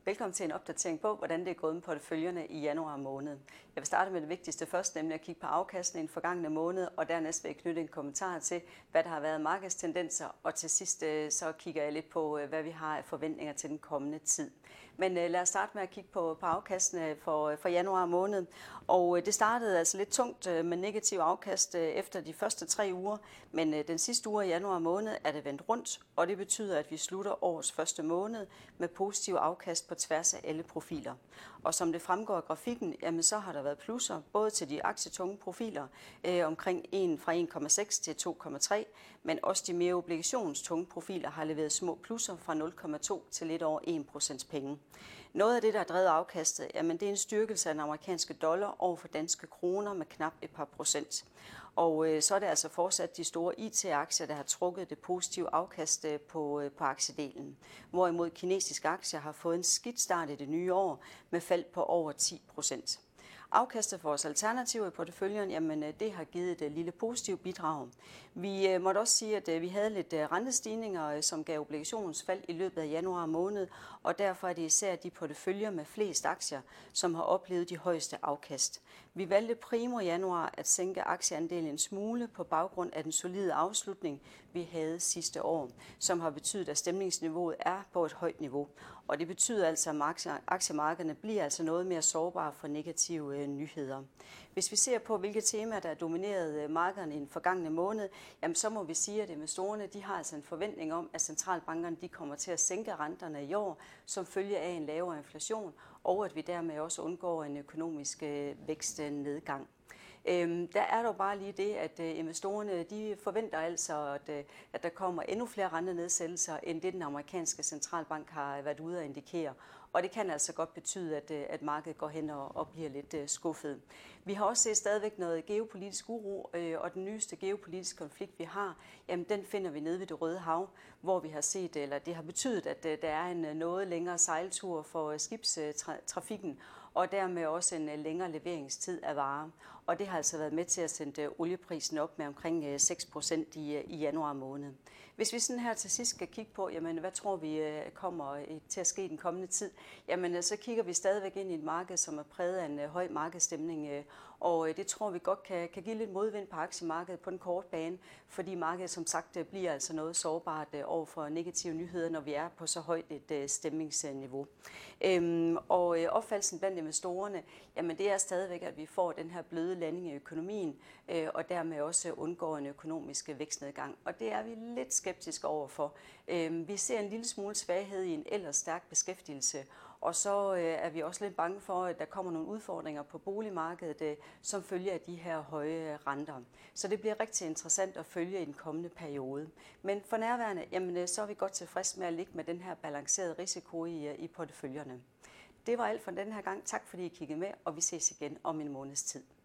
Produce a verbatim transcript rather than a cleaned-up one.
Velkommen til en opdatering på, hvordan det er gået med porteføljerne i januar måned. Jeg vil starte med det vigtigste først, nemlig at kigge på afkasten i den forgangne måned, og dernæst vil jeg knytte en kommentar til, hvad der har været markedstendenser, og til sidst så kigger jeg lidt på, hvad vi har af forventninger til den kommende tid. Men lad os starte med at kigge på, på afkastene for, for januar måned. Og det startede altså lidt tungt med negativ afkast efter de første tre uger, men den sidste uge i januar måned er det vendt rundt, og det betyder, at vi slutter årets første måned med positiv afkast på tværs af alle profiler. Og som det fremgår af grafikken, jamen så har der været plusser, både til de aktietunge profiler, øh, omkring en fra en komma seks til to komma tre, men også de mere obligationstunge profiler har leveret små plusser fra nul komma to til lidt over en procents penge. Noget af det, der har drevet afkastet, jamen det er en styrkelse af den amerikanske dollar over for danske kroner med knap et par procent. Og øh, så er det altså fortsat de store I T-aktier, der har trukket det positive afkast på, øh, på aktiedelen. Hvorimod kinesiske aktier har fået en skidt start i det nye år med fald på over ti procent. Afkastet for vores alternativer i porteføljen, jamen det har givet et lille positivt bidrag. Vi måtte også sige, at vi havde lidt rentestigninger, som gav obligationsfald i løbet af januar måned, og derfor er det især de porteføljer med flest aktier, som har oplevet de højeste afkast. Vi valgte primo januar at sænke aktieandelen en smule på baggrund af den solide afslutning, vi havde sidste år, som har betydet, at stemningsniveauet er på et højt niveau. Og det betyder altså, at aktiemarkederne bliver altså noget mere sårbare for negative nyheder. Hvis vi ser på, hvilke temaer, der er domineret markederne i den forgangne måned, jamen så må vi sige, at investorerne de har altså en forventning om, at centralbankerne de kommer til at sænke renterne i år, som følge af en lavere inflation, og at vi dermed også undgår en økonomisk vækstnedgang. Øhm, der er dog bare lige det, at øh, investorerne de forventer altså, at, øh, at der kommer endnu flere rentenedsættelser, end det den amerikanske centralbank har været ude at indikere. Og det kan altså godt betyde, at, at markedet går hen og, og bliver lidt uh, skuffet. Vi har også set stadigvæk noget geopolitisk uro, øh, og den nyeste geopolitiske konflikt, vi har, jamen den finder vi nede ved Det Røde Hav, hvor vi har set, eller det har betydet, at uh, der er en uh, noget længere sejltur for uh, skibstrafikken, og dermed også en uh, længere leveringstid af varer. Og det har altså været med til at sende uh, olieprisen op med omkring uh, seks procent i, uh, i januar måned. Hvis vi sådan her til sidst skal kigge på, jamen hvad tror vi uh, kommer uh, til at ske i den kommende tid, jamen så kigger vi stadigvæk ind i et marked, som er præget af en øh, høj markedsstemning, øh, og øh, det tror vi godt kan, kan give lidt modvind på aktiemarkedet på den korte bane, fordi markedet som sagt øh, bliver altså noget sårbart øh, over for negative nyheder, når vi er på så højt et øh, stemningsniveau. Øhm, og øh, opfattelsen blandt investorerne, jamen det er stadigvæk, at vi får den her bløde landing i økonomien, øh, og dermed også undgår en økonomisk vækstnedgang, og det er vi lidt skeptiske overfor. Øhm, vi ser en lille smule svaghed i en ellers stærk beskæftigelse, og så øh, er vi også lidt bange for, at der kommer nogle udfordringer på boligmarkedet, øh, som følge af de her høje renter. Så det bliver rigtig interessant at følge i den kommende periode. Men for nærværende, jamen, øh, så er vi godt tilfreds med at ligge med den her balancerede risiko i, øh, i porteføljerne. Det var alt for den her gang. Tak fordi I kiggede med, og vi ses igen om en måneds tid.